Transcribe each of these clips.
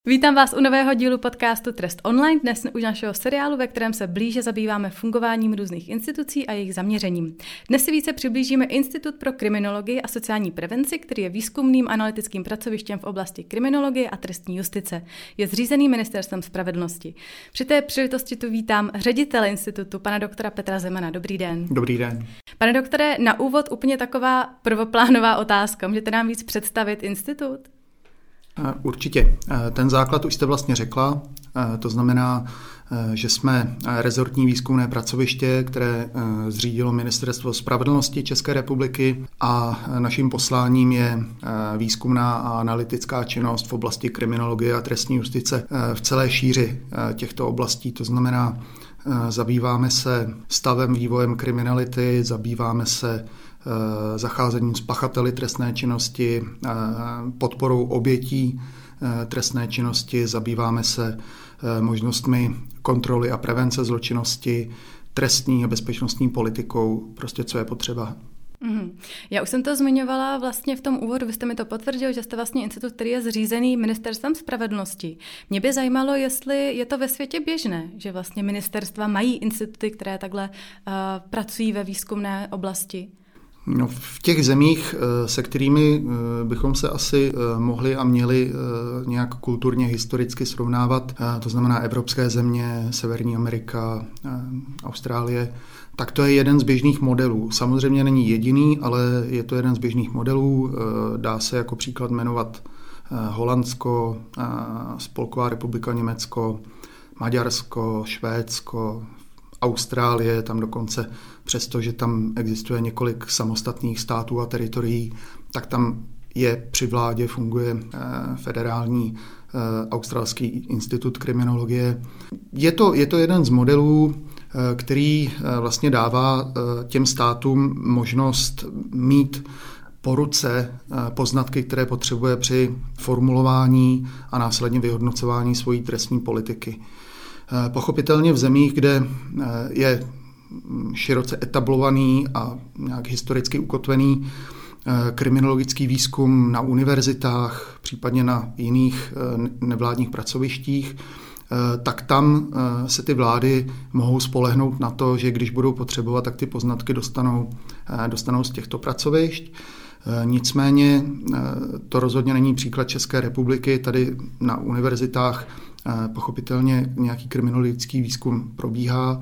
Vítám vás u nového dílu podcastu Trest online, dnes už našeho seriálu, ve kterém se blíže zabýváme fungováním různých institucí a jejich zaměřením. Dnes si více přiblížíme Institut pro kriminologii a sociální prevenci, který je výzkumným analytickým pracovištěm v oblasti kriminologie a trestní justice. Je zřízený Ministerstvem spravedlnosti. Při té příležitosti tu vítám ředitele institutu, pana doktora Petra Zemana. Dobrý den. Dobrý den. Pane doktore, na úvod úplně taková prvoplánová otázka. Můžete nám víc představit institut? Určitě. Ten základ už jste vlastně řekla, to znamená, že jsme rezortní výzkumné pracoviště, které zřídilo Ministerstvo spravedlnosti České republiky a naším posláním je výzkumná a analytická činnost v oblasti kriminologie a trestní justice v celé šíři těchto oblastí. To znamená, zabýváme se stavem, vývojem kriminality, zabýváme se zacházením s pachateli trestné činnosti, podporou obětí trestné činnosti, zabýváme se možnostmi kontroly a prevence zločinnosti, trestní a bezpečnostní politikou, prostě co je potřeba. Já už jsem to zmiňovala vlastně v tom úvodu, vy jste mi to potvrdil, že jste vlastně institut, který je zřízený Ministerstvem spravedlnosti. Mě by zajímalo, jestli je to ve světě běžné, že vlastně ministerstva mají instituty, které takhle pracují ve výzkumné oblasti. No, v těch zemích, se kterými bychom se asi mohli a měli nějak kulturně, historicky srovnávat, to znamená evropské země, Severní Amerika, Austrálie, tak to je jeden z běžných modelů. Samozřejmě není jediný, ale je to jeden z běžných modelů. Dá se jako příklad jmenovat Holandsko, Spolková republika Německo, Maďarsko, Švédsko, Austrálie, tam dokonce přesto, že tam existuje několik samostatných států a teritorií, tak tam je při vládě, funguje federální australský institut kriminologie. Je to jeden z modelů, který vlastně dává těm státům možnost mít po ruce poznatky, které potřebuje při formulování a následně vyhodnocování svojí trestní politiky. Pochopitelně v zemích, kde je široce etablovaný a nějak historicky ukotvený kriminologický výzkum na univerzitách, případně na jiných nevládních pracovištích, tak tam se ty vlády mohou spolehnout na to, že když budou potřebovat, tak ty poznatky dostanou z těchto pracovišť. Nicméně to rozhodně není příklad České republiky. Tady na univerzitách pochopitelně nějaký kriminologický výzkum probíhá,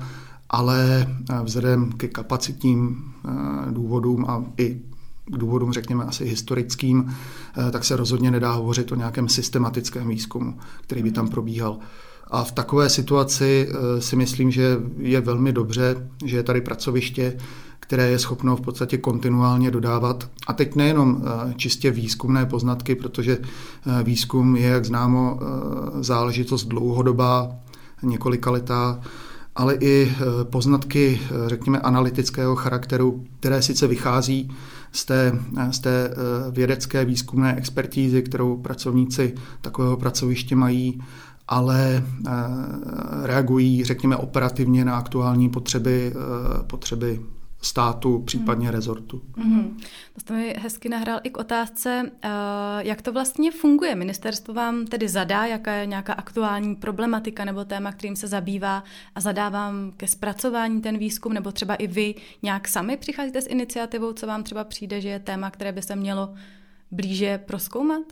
ale vzhledem ke kapacitním důvodům a i k důvodům, řekněme, asi historickým, tak se rozhodně nedá hovořit o nějakém systematickém výzkumu, který by tam probíhal. A v takové situaci si myslím, že je velmi dobře, že je tady pracoviště, které je schopno v podstatě kontinuálně dodávat. A teď nejenom čistě výzkumné poznatky, protože výzkum je, jak známo, záležitost dlouhodobá, několikaletá, ale i poznatky, řekněme, analytického charakteru, které sice vychází z té vědecké výzkumné expertízy, kterou pracovníci takového pracoviště mají, ale reagují, řekněme, operativně na aktuální potřeby státu, případně rezortu. To jste mi hezky nahrál i k otázce, jak to vlastně funguje. Ministerstvo vám tedy zadá, jaká je nějaká aktuální problematika nebo téma, kterým se zabývá a zadá vám ke zpracování ten výzkum, nebo třeba i vy nějak sami přicházíte s iniciativou, co vám třeba přijde, že je téma, které by se mělo blíže prozkoumat?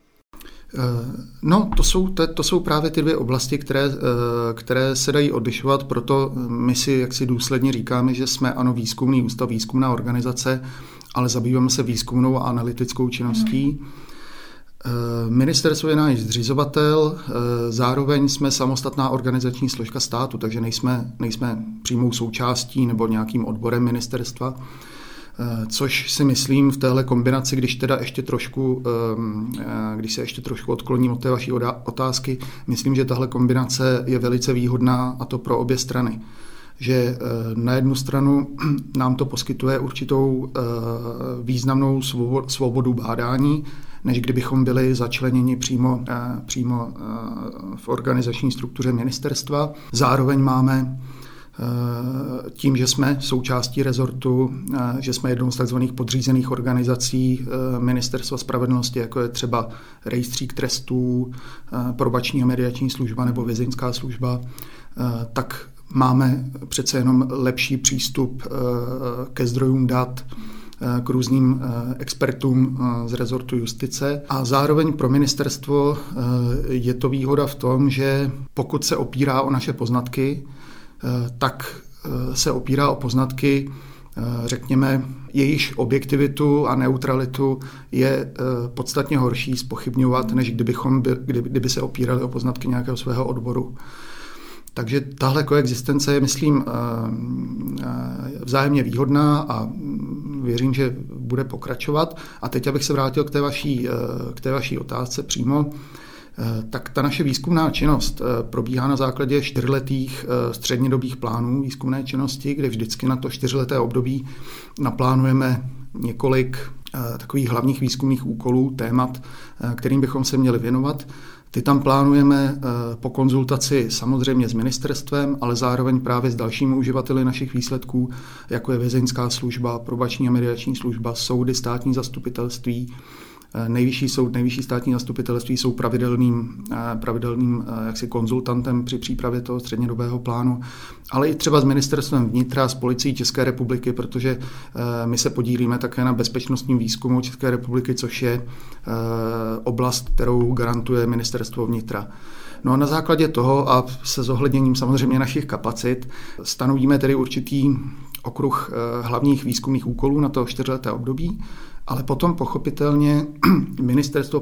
No, to jsou právě ty dvě oblasti, které se dají odlišovat, proto my si jaksi důsledně říkáme, že jsme ano výzkumný ústav, výzkumná organizace, ale zabýváme se výzkumnou a analytickou činností. Ministerstvo je náš zřizovatel, zároveň jsme samostatná organizační složka státu, takže nejsme přímou součástí nebo nějakým odborem ministerstva. Což si myslím v téhle kombinaci, když se ještě trošku odkloním od té vaší otázky, myslím, že tahle kombinace je velice výhodná, a to pro obě strany. Že na jednu stranu nám to poskytuje určitou významnou svobodu bádání, než kdybychom byli začleněni přímo v organizační struktuře ministerstva. Zároveň máme Tím, že jsme součástí rezortu, že jsme jednou z tzv. Podřízených organizací Ministerstva spravedlnosti, jako je třeba rejstřík trestů, probační a mediační služba nebo vězeňská služba, tak máme přece jenom lepší přístup ke zdrojům dat, k různým expertům z rezortu justice. A zároveň pro ministerstvo je to výhoda v tom, že pokud se opírá o naše poznatky, tak se opírá o poznatky, řekněme, jejichž objektivitu a neutralitu je podstatně horší zpochybňovat, než kdyby se opírali o poznatky nějakého svého odboru. Takže tahle koexistence je, myslím, vzájemně výhodná a věřím, že bude pokračovat. A teď, abych se vrátil k té vaší otázce přímo, tak ta naše výzkumná činnost probíhá na základě 4letých střednědobých plánů výzkumné činnosti, kde vždycky na to 4leté období naplánujeme několik takových hlavních výzkumných úkolů, témat, kterým bychom se měli věnovat. Ty tam plánujeme po konzultaci samozřejmě s ministerstvem, ale zároveň právě s dalšími uživateli našich výsledků, jako je vězeňská služba, probační a mediační služba, soudy, státní zastupitelství. Nejvyšší soud, nejvyšší státní zastupitelství jsou pravidelným jaksi konzultantem při přípravě toho střednědobého plánu, ale i třeba s ministerstvem vnitra, s policií České republiky, protože my se podílíme také na bezpečnostním výzkumu České republiky, což je oblast, kterou garantuje ministerstvo vnitra. No a na základě toho a se zohledněním samozřejmě našich kapacit stanovíme tedy určitý okruh hlavních výzkumných úkolů na to 4leté období, ale potom pochopitelně ministerstvo,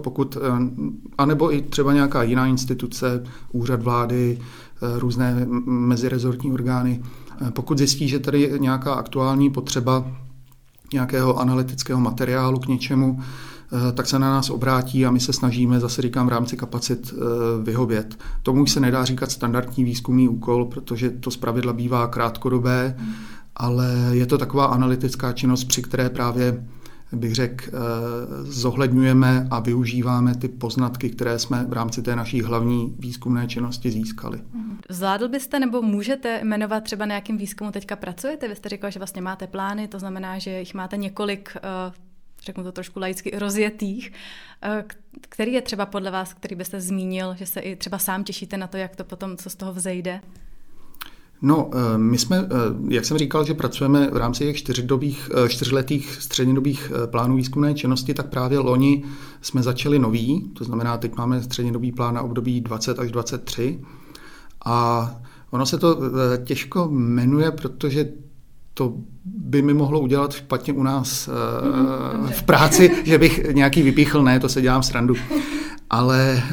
anebo i třeba nějaká jiná instituce, úřad vlády, různé mezirezortní orgány, pokud zjistí, že tady je nějaká aktuální potřeba nějakého analytického materiálu k něčemu, tak se na nás obrátí a my se snažíme, zase říkám, v rámci kapacit vyhovět. Tomu už se nedá říkat standardní výzkumný úkol, protože to zpravidla bývá krátkodobé, ale je to taková analytická činnost, při které právě, bych řekl, zohledňujeme a využíváme ty poznatky, které jsme v rámci té naší hlavní výzkumné činnosti získali. Zvládl byste nebo můžete jmenovat třeba na jakým výzkumu teďka pracujete? Vy jste říkal, že vlastně máte plány, to znamená, že jich máte několik, řeknu to trošku laicky, rozjetých. Který je třeba podle vás, který byste zmínil, že se i třeba sám těšíte na to, jak to potom, co z toho vzejde? No, my jsme, jak jsem říkal, že pracujeme v rámci těch 4letých střednědobých plánů výzkumné činnosti, tak právě loni jsme začali nový, to znamená, teď máme střednědobý plán na období 20 až 23 a ono se to těžko jmenuje, protože to by mi mohlo udělat špatně u nás v práci, že bych nějaký vypíchl, ne, to se dělám srandu. Ale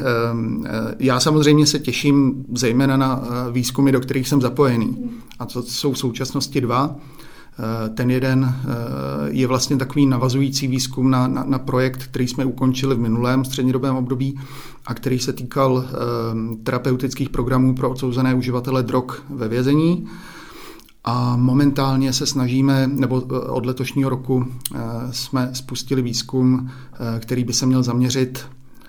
já samozřejmě se těším zejména na výzkumy, do kterých jsem zapojený. A to jsou v současnosti 2. Ten jeden je vlastně takový navazující výzkum na projekt, který jsme ukončili v minulém střednědobém období a který se týkal terapeutických programů pro odsouzené uživatele drog ve vězení. A momentálně se snažíme, nebo od letošního roku jsme spustili výzkum, který by se měl zaměřit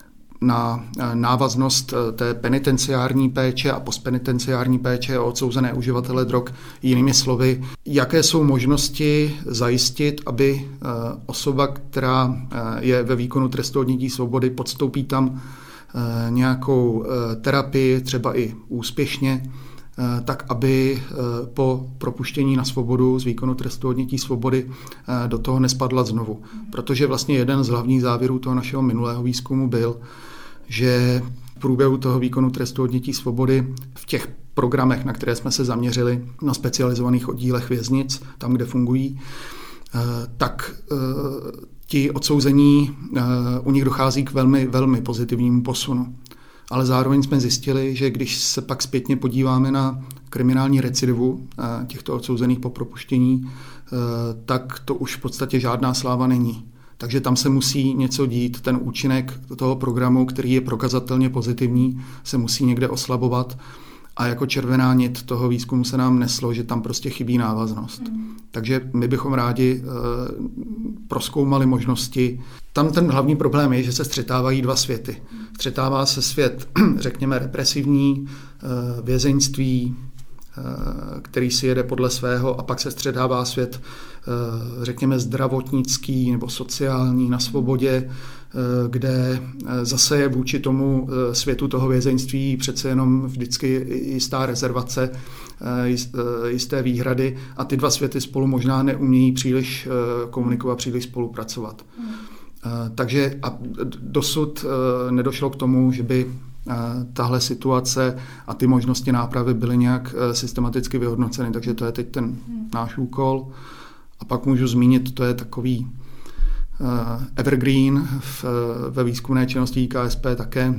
na návaznost té penitenciární péče a postpenitenciární péče o odsouzené uživatele drog. Jinými slovy, jaké jsou možnosti zajistit, aby osoba, která je ve výkonu trestu odnětí svobody, podstoupí tam nějakou terapii, třeba i úspěšně, tak aby po propuštění na svobodu z výkonu trestu odnětí svobody do toho nespadla znovu. Protože vlastně jeden z hlavních závěrů toho našeho minulého výzkumu byl, že v průběhu toho výkonu trestu odnětí svobody v těch programech, na které jsme se zaměřili, na specializovaných oddílech věznic, tam, kde fungují, tak ti odsouzení, u nich dochází k velmi, velmi pozitivnímu posunu. Ale zároveň jsme zjistili, že když se pak zpětně podíváme na kriminální recidivu těchto odsouzených po propuštění, tak to už v podstatě žádná sláva není. Takže tam se musí něco dít, ten účinek toho programu, který je prokazatelně pozitivní, se musí někde oslabovat a jako červená nit toho výzkumu se nám neslo, že tam prostě chybí návaznost. Takže my bychom rádi prozkoumali možnosti. Tam ten hlavní problém je, že se střetávají 2 světy. Střetává se svět, řekněme, represivní, vězeňství, který si jede podle svého a pak se středává svět, řekněme, zdravotnický nebo sociální na svobodě, kde zase je vůči tomu světu toho vězeňství přece jenom vždycky jistá rezervace, jisté výhrady a ty dva světy spolu možná neumějí příliš komunikovat, příliš spolupracovat. Takže a dosud nedošlo k tomu, že by tahle situace a ty možnosti nápravy byly nějak systematicky vyhodnoceny, takže to je teď ten náš úkol. A pak můžu zmínit, to je takový evergreen ve výzkumné činnosti IKSP také.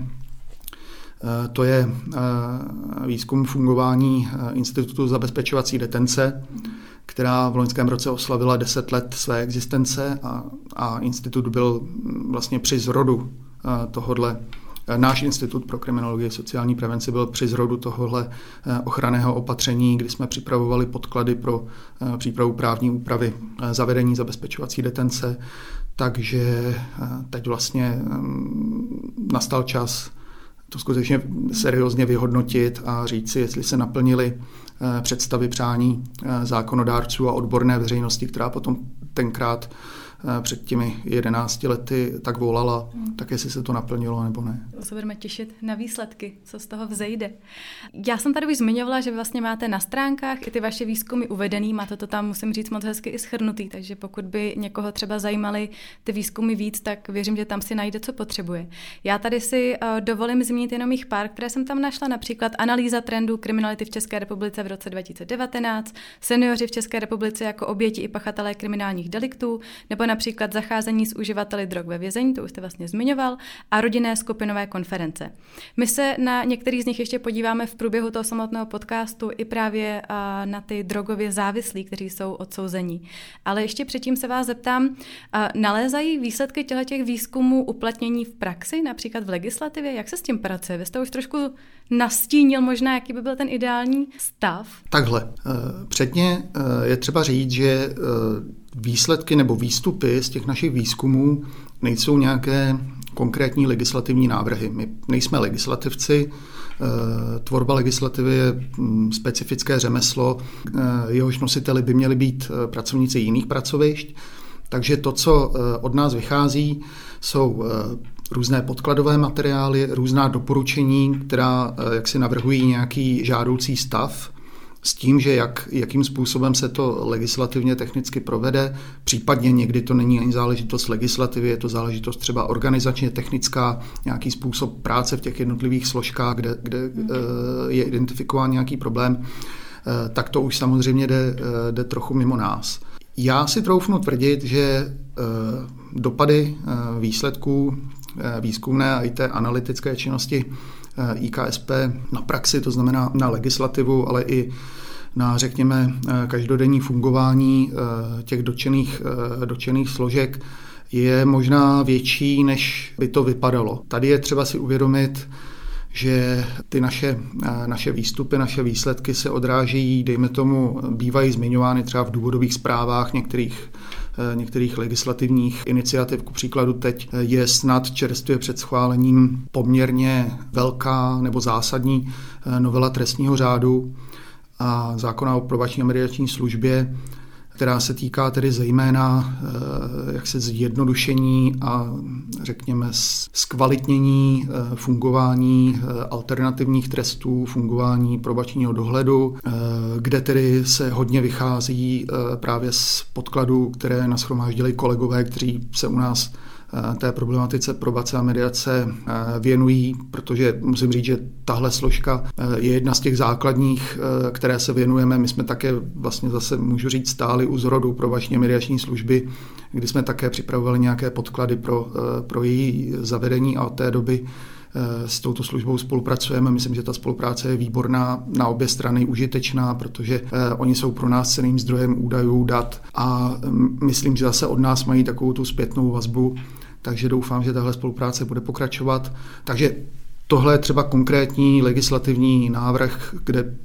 To je výzkum fungování Institutu zabezpečovací detence, která v loňském roce oslavila 10 let své existence a institut byl vlastně při zrodu tohodle. Náš institut pro kriminologii a sociální prevenci byl při zrodu tohohle ochranného opatření, kdy jsme připravovali podklady pro přípravu právní úpravy zavedení zabezpečovací detence. Takže teď vlastně nastal čas to skutečně seriózně vyhodnotit a říct si, jestli se naplnily představy přání zákonodárců a odborné veřejnosti, která potom tenkrát před těmi 11 lety tak volala, tak jestli se to naplnilo nebo ne. Se budeme těšit na výsledky, co z toho vzejde. Já jsem tady už zmiňovala, že vlastně máte na stránkách i ty vaše výzkumy uvedený, máte to tam, musím říct, moc hezky i shrnutý, takže pokud by někoho třeba zajímaly ty výzkumy víc, tak věřím, že tam si najde, co potřebuje. Já tady si dovolím zmínit jenom jich pár, které jsem tam našla, například analýza trendů kriminality v České republice v roce 2019, seniori v České republice jako oběti i pachatelé kriminálních deliktů, nebo například zacházení s uživateli drog ve vězení, to už jste vlastně zmiňoval, a rodinné skupinové konference. My se na některý z nich ještě podíváme v průběhu toho samotného podcastu i právě na ty drogově závislí, kteří jsou odsouzení. Ale ještě předtím se vás zeptám, nalézají výsledky těch výzkumů uplatnění v praxi, například v legislativě? Jak se s tím pracuje? Vy jste už trošku nastínil možná, jaký by byl ten ideální stav. Takhle. Předně je třeba říct, že výsledky nebo výstupy z těch našich výzkumů nejsou nějaké konkrétní legislativní návrhy. My nejsme legislativci, tvorba legislativy je specifické řemeslo, jehož nositeli by měli být pracovníci jiných pracovišť, takže to, co od nás vychází, jsou různé podkladové materiály, různá doporučení, která jaksi navrhují nějaký žádoucí stav, s tím, že jakým způsobem se to legislativně technicky provede, případně někdy to není ani záležitost legislativy, je to záležitost třeba organizačně technická, nějaký způsob práce v těch jednotlivých složkách, kde je identifikován nějaký problém, tak to už samozřejmě jde trochu mimo nás. Já si troufnu tvrdit, že dopady výsledků výzkumné a i té analytické činnosti IKSP na praxi, to znamená na legislativu, ale i na, řekněme, každodenní fungování těch dotčených složek je možná větší, než by to vypadalo. Tady je třeba si uvědomit, že ty naše výstupy, naše výsledky se odrážejí, dejme tomu, bývají zmiňovány třeba v důvodových zprávách některých legislativních iniciativ. Ku příkladu teď je snad čerstvě před schválením poměrně velká nebo zásadní novela trestního řádu a zákona o probační a mediační službě, která se týká tedy zejména zjednodušení a řekněme zkvalitnění fungování alternativních trestů, fungování probačního dohledu, kde tedy se hodně vychází právě z podkladů, které nashromáždili kolegové, kteří se u nás té problematice probace a mediace věnují, protože musím říct, že tahle složka je jedna z těch základních, které se věnujeme. My jsme také vlastně zase, můžu říct, stáli u zrodu probační a mediační služby, kdy jsme také připravovali nějaké podklady pro její zavedení a od té doby s touto službou spolupracujeme. Myslím, že ta spolupráce je výborná, na obě strany užitečná, protože oni jsou pro nás cenným zdrojem údajů, dat a myslím, že zase od nás mají takovou tu zpětnou vazbu, takže doufám, že tahle spolupráce bude pokračovat. Takže tohle je třeba konkrétní legislativní návrh,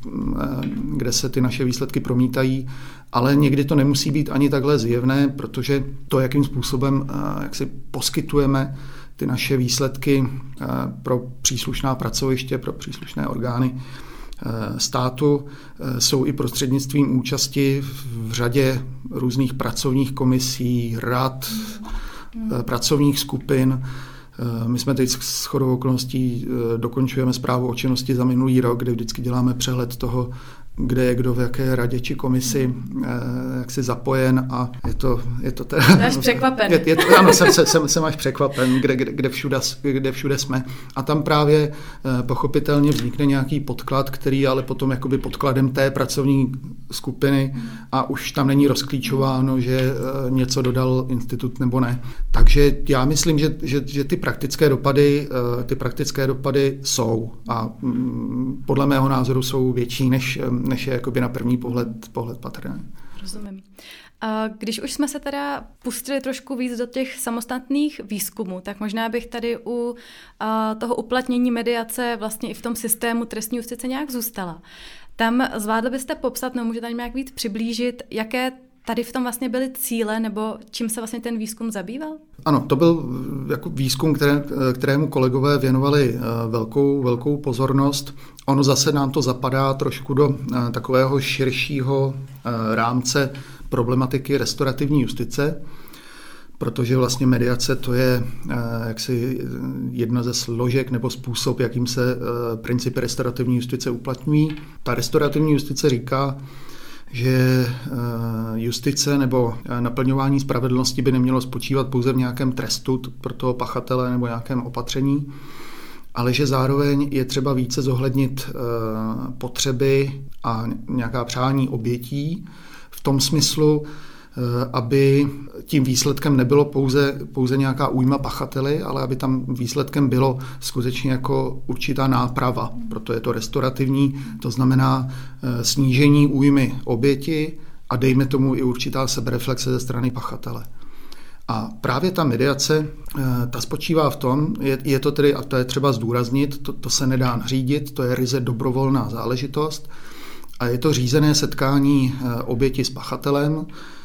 kde se ty naše výsledky promítají, ale někdy to nemusí být ani takhle zjevné, protože to, jakým způsobem jak si poskytujeme ty naše výsledky pro příslušná pracoviště, pro příslušné orgány, státu, jsou i prostřednictvím účasti v řadě různých pracovních komisí, rad, pracovních skupin. My jsme teď shodou okolností dokončujeme zprávu o činnosti za minulý rok, kde vždycky děláme přehled toho, kde je kdo v jaké radě či komisi jak si zapojen a je to teda... Až překvapen. Ano, jsem až překvapen, kde všude jsme. A tam právě pochopitelně vznikne nějaký podklad, který je ale potom jakoby podkladem té pracovní skupiny a už tam není rozklíčováno, že něco dodal institut nebo ne. Takže já myslím, že ty praktické dopady jsou a podle mého názoru jsou větší, než je jakoby na první pohled patrné. Rozumím. A když už jsme se teda pustili trošku víc do těch samostatných výzkumů, tak možná bych tady u toho uplatnění mediace vlastně i v tom systému trestní justice nějak zůstala. Tam zvládli byste popsat, no můžete nějak víc přiblížit, jaké tady v tom vlastně byly cíle, nebo čím se vlastně ten výzkum zabýval? Ano, to byl jako výzkum, kterému kolegové věnovali velkou pozornost. Ono zase nám to zapadá trošku do takového širšího rámce problematiky restaurativní justice, protože vlastně mediace to je jaksi jedna ze složek nebo způsob, jakým se principy restaurativní justice uplatňují. Ta restaurativní justice říká, že justice nebo naplňování spravedlnosti by nemělo spočívat pouze v nějakém trestu pro toho pachatele nebo nějakém opatření, ale že zároveň je třeba více zohlednit potřeby a nějaká přání obětí v tom smyslu, aby tím výsledkem nebylo pouze nějaká újma pachateli, ale aby tam výsledkem bylo skutečně jako určitá náprava. Proto je to restaurativní, to znamená snížení újmy oběti a dejme tomu i určitá sebereflexe ze strany pachatele. A právě ta mediace, ta spočívá v tom, je to tedy, a to je třeba zdůraznit, to se nedá nařídit, to je ryze dobrovolná záležitost a je to řízené setkání oběti s pachatelem,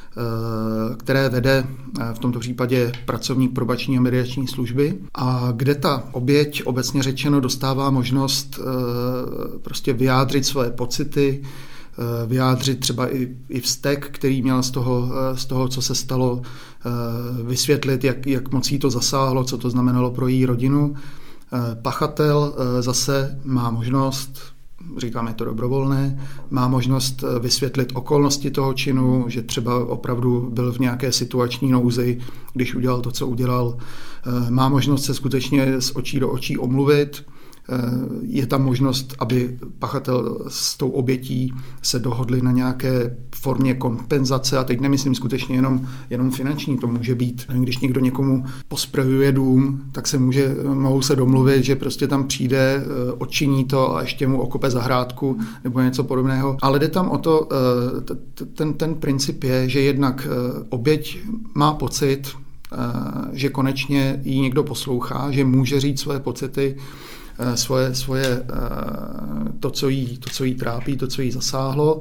které vede v tomto případě pracovník probační a mediační služby a kde ta oběť obecně řečeno dostává možnost prostě vyjádřit své pocity, vyjádřit třeba i vztek, který měl z toho, co se stalo, vysvětlit, jak moc jí to zasáhlo, co to znamenalo pro její rodinu. Pachatel zase má možnost, říkáme to dobrovolné, má možnost vysvětlit okolnosti toho činu, že třeba opravdu byl v nějaké situační nouzi, když udělal to, co udělal. Má možnost se skutečně z očí do očí omluvit. Je tam možnost, aby pachatel s tou obětí se dohodli na nějaké formě kompenzace a teď nemyslím skutečně jenom finanční, to může být, když někdo někomu posprejuje dům, tak mohou se domluvit, že prostě tam přijde, odčiní to a ještě mu okope zahrádku nebo něco podobného. Ale jde tam o to, ten princip je, že jednak oběť má pocit, že konečně jí někdo poslouchá, že může říct své pocity, svoje to, co jí trápí, to, co jí zasáhlo.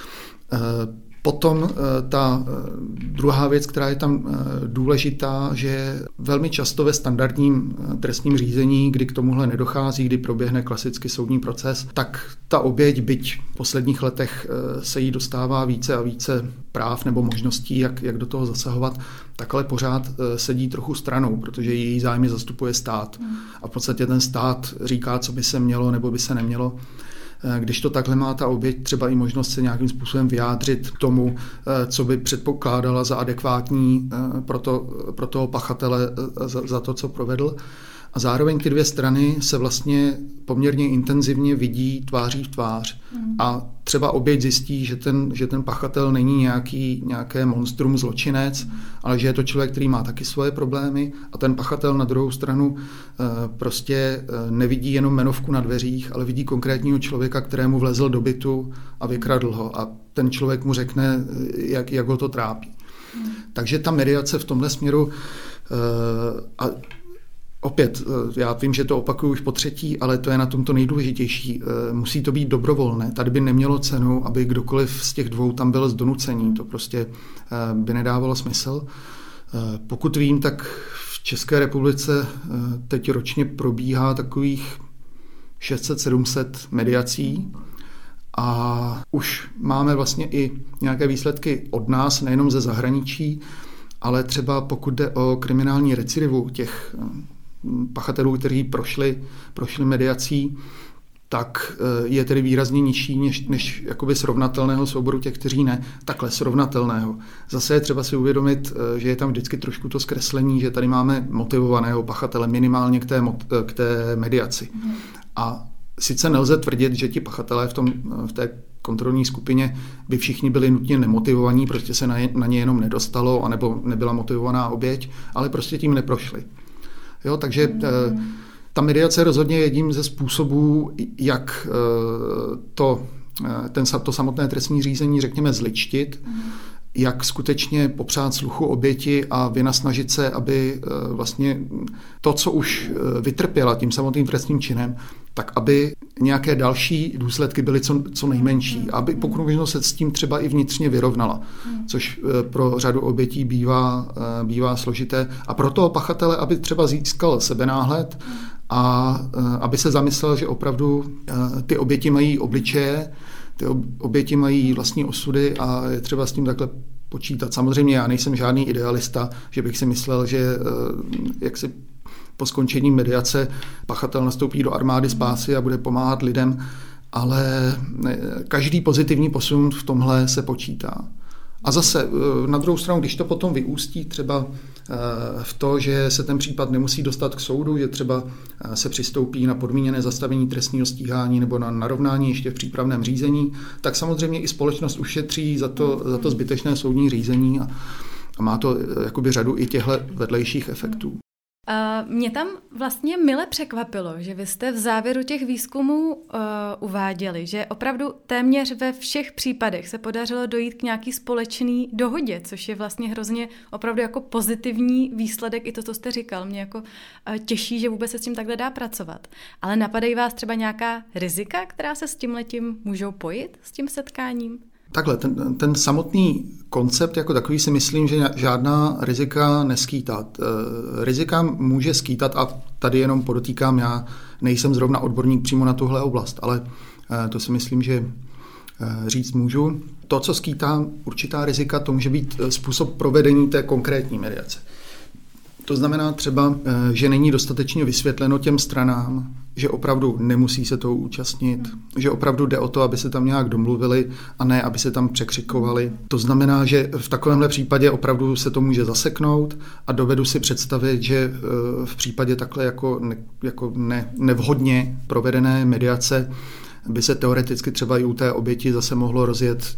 Potom ta druhá věc, která je tam důležitá, že velmi často ve standardním trestním řízení, kdy k tomuhle nedochází, kdy proběhne klasický soudní proces, tak ta oběť, byť v posledních letech se jí dostává více a více práv nebo možností, jak do toho zasahovat, tak ale pořád sedí trochu stranou, protože její zájmy zastupuje stát. A v podstatě ten stát říká, co by se mělo nebo by se nemělo. Když to takhle má ta oběť třeba i možnost se nějakým způsobem vyjádřit k tomu, co by předpokládala za adekvátní pro toho pachatele za to, co provedl. A zároveň ty dvě strany se vlastně poměrně intenzivně vidí tváří v tvář. A třeba oběť zjistí, že ten pachatel není nějaké monstrum, zločinec, ale že je to člověk, který má taky svoje problémy a ten pachatel na druhou stranu prostě nevidí jenom jmenovku na dveřích, ale vidí konkrétního člověka, kterému vlezl do bytu a vykradl ho. A ten člověk mu řekne, jak ho to trápí. Takže ta mediace v tomhle směru opět, já vím, že to opakuju už po třetí, ale to je na tom to nejdůležitější. Musí to být dobrovolné. Tady by nemělo cenu, aby kdokoliv z těch dvou tam byl z donucení. To prostě by nedávalo smysl. Pokud vím, tak v České republice teď ročně probíhá takových 600-700 mediací. A už máme vlastně i nějaké výsledky od nás, nejenom ze zahraničí, ale třeba pokud jde o kriminální recidivu těch pachatelů, kteří prošli mediací, tak je tedy výrazně nižší než jakoby srovnatelného souboru těch, kteří ne, takhle srovnatelného. Zase je třeba si uvědomit, že je tam vždycky trošku to zkreslení, že tady máme motivovaného pachatele minimálně k té mediaci. A sice nelze tvrdit, že ti pachatelé v té kontrolní skupině by všichni byli nutně nemotivovaní, prostě se na ně jenom nedostalo, anebo nebyla motivovaná oběť, ale prostě tím neprošli. Jo, takže ta mediace rozhodně je jedním ze způsobů, jak to samotné trestní řízení, řekněme, zličtit, jak skutečně popřát sluchu oběti a vynasnažit se, aby vlastně to, co už vytrpěla tím samotným trestním činem, tak aby nějaké další důsledky byly co nejmenší, aby pokud možno se s tím třeba i vnitřně vyrovnala, což pro řadu obětí bývá složité. A pro toho pachatele, aby třeba získal sebenáhled a aby se zamyslel, že opravdu ty oběti mají obličeje, ty oběti mají vlastní osudy a je třeba s tím takhle počítat. Samozřejmě já nejsem žádný idealista, že bych si myslel, že jak si po skončení mediace pachatel nastoupí do armády spásy a bude pomáhat lidem, ale každý pozitivní posun v tomhle se počítá. A zase na druhou stranu, když to potom vyústí třeba v to, že se ten případ nemusí dostat k soudu, že třeba se přistoupí na podmíněné zastavení trestního stíhání nebo na narovnání ještě v přípravném řízení, tak samozřejmě i společnost ušetří za to zbytečné soudní řízení a má to jakoby řadu i těchto vedlejších efektů. Mě tam vlastně mile překvapilo, že vy jste v závěru těch výzkumů uváděli, že opravdu téměř ve všech případech se podařilo dojít k nějaký společný dohodě, což je vlastně hrozně opravdu jako pozitivní výsledek, i to, co jste říkal. Mě jako těší, že vůbec se s tím takhle dá pracovat. Ale napadají vás třeba nějaká rizika, která se s tímhletím můžou pojít, s tím setkáním? Takhle, ten samotný koncept jako takový si myslím, že žádná rizika neskýtá. Rizika může skýtat, a tady jenom podotýkám, já nejsem zrovna odborník přímo na tuhle oblast, ale to si myslím, že říct můžu. To, co skýtá určitá rizika, to může být způsob provedení té konkrétní mediace. To znamená třeba, že není dostatečně vysvětleno těm stranám, že opravdu nemusí se toho účastnit, že opravdu jde o to, aby se tam nějak domluvili a ne, aby se tam překřikovali. To znamená, že v takovémhle případě opravdu se to může zaseknout a dovedu si představit, že v případě takhle jako nevhodně provedené mediace by se teoreticky třeba i u té oběti zase mohlo rozjet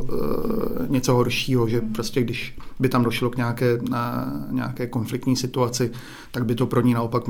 něco horšího, že prostě když by tam došlo k nějaké konfliktní situaci, tak by to pro ní naopak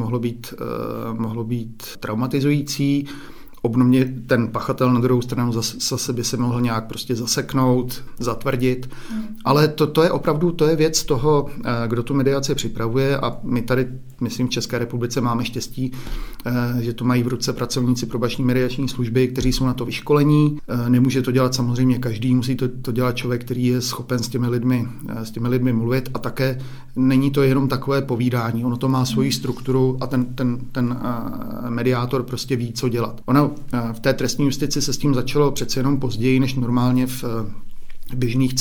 mohlo být traumatizující. Obdobně ten pachatel na druhou stranu zase by se mohl nějak prostě zaseknout, zatvrdit. Ale to je opravdu, to je věc toho, kdo tu mediaci připravuje, a my tady, myslím, v České republice máme štěstí, že tu mají v ruce pracovníci probační mediační služby, kteří jsou na to vyškolení. Nemůže to dělat samozřejmě každý, musí to dělat člověk, který je schopen s těmi lidmi mluvit, a také není to jenom takové povídání, ono to má svoji strukturu a ten mediátor prostě ví, co dělat. V té trestní justici se s tím začalo přece jenom později než normálně v běžných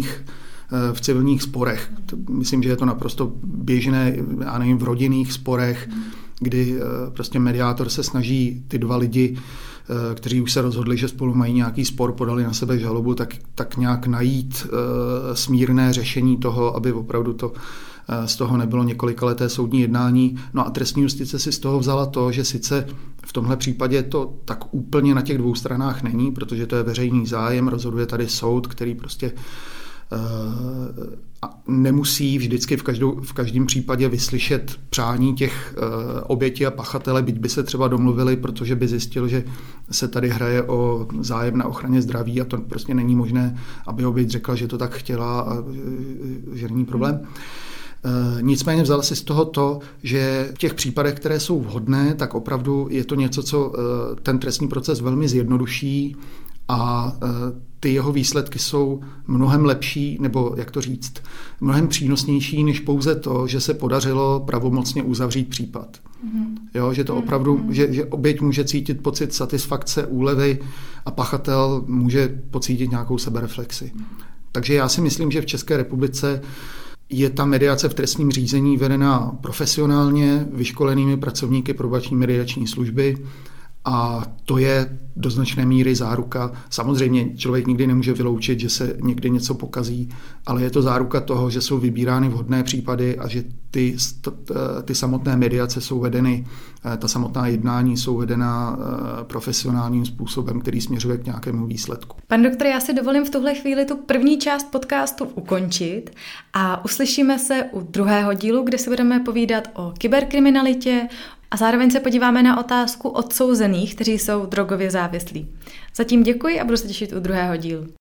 civilních sporech. Myslím, že je to naprosto běžné, já nevím, v rodinných sporech, kdy prostě mediátor se snaží ty dva lidi, kteří už se rozhodli, že spolu mají nějaký spor, podali na sebe žalobu, tak nějak najít smírné řešení toho, aby opravdu z toho nebylo několikaleté soudní jednání. No a trestní justice si z toho vzala to, že sice v tomhle případě to tak úplně na těch dvou stranách není, protože to je veřejný zájem, rozhoduje tady soud, který prostě nemusí vždycky v každém případě vyslyšet přání těch obětí a pachatele, byť by se třeba domluvili, protože by zjistil, že se tady hraje o zájem na ochraně zdraví a to prostě není možné, aby oběť řekla, že to tak chtěla a že není problém. Nicméně vzal si z toho to, že v těch případech, které jsou vhodné, tak opravdu je to něco, co ten trestní proces velmi zjednoduší a ty jeho výsledky jsou mnohem lepší, nebo jak to říct, mnohem přínosnější, než pouze to, že se podařilo pravomocně uzavřít případ. Jo, že to opravdu, že oběť může cítit pocit satisfakce, úlevy a pachatel může pocítit nějakou sebereflexi. Takže já si myslím, že v České republice je ta mediace v trestním řízení vedená profesionálně, vyškolenými pracovníky probační mediační služby a to je do značné míry záruka. Samozřejmě člověk nikdy nemůže vyloučit, že se někdy něco pokazí, ale je to záruka toho, že jsou vybírány vhodné případy a že ty samotné mediace jsou vedeny, ta samotná jednání jsou vedena profesionálním způsobem, který směřuje k nějakému výsledku. Pan doktor, já si dovolím v tuhle chvíli tu první část podcastu ukončit a uslyšíme se u druhého dílu, kde si budeme povídat o kyberkriminalitě a zároveň se podíváme na otázku odsouzených, kteří jsou drogově závislí. Zatím děkuji a budu se těšit u druhého dílu.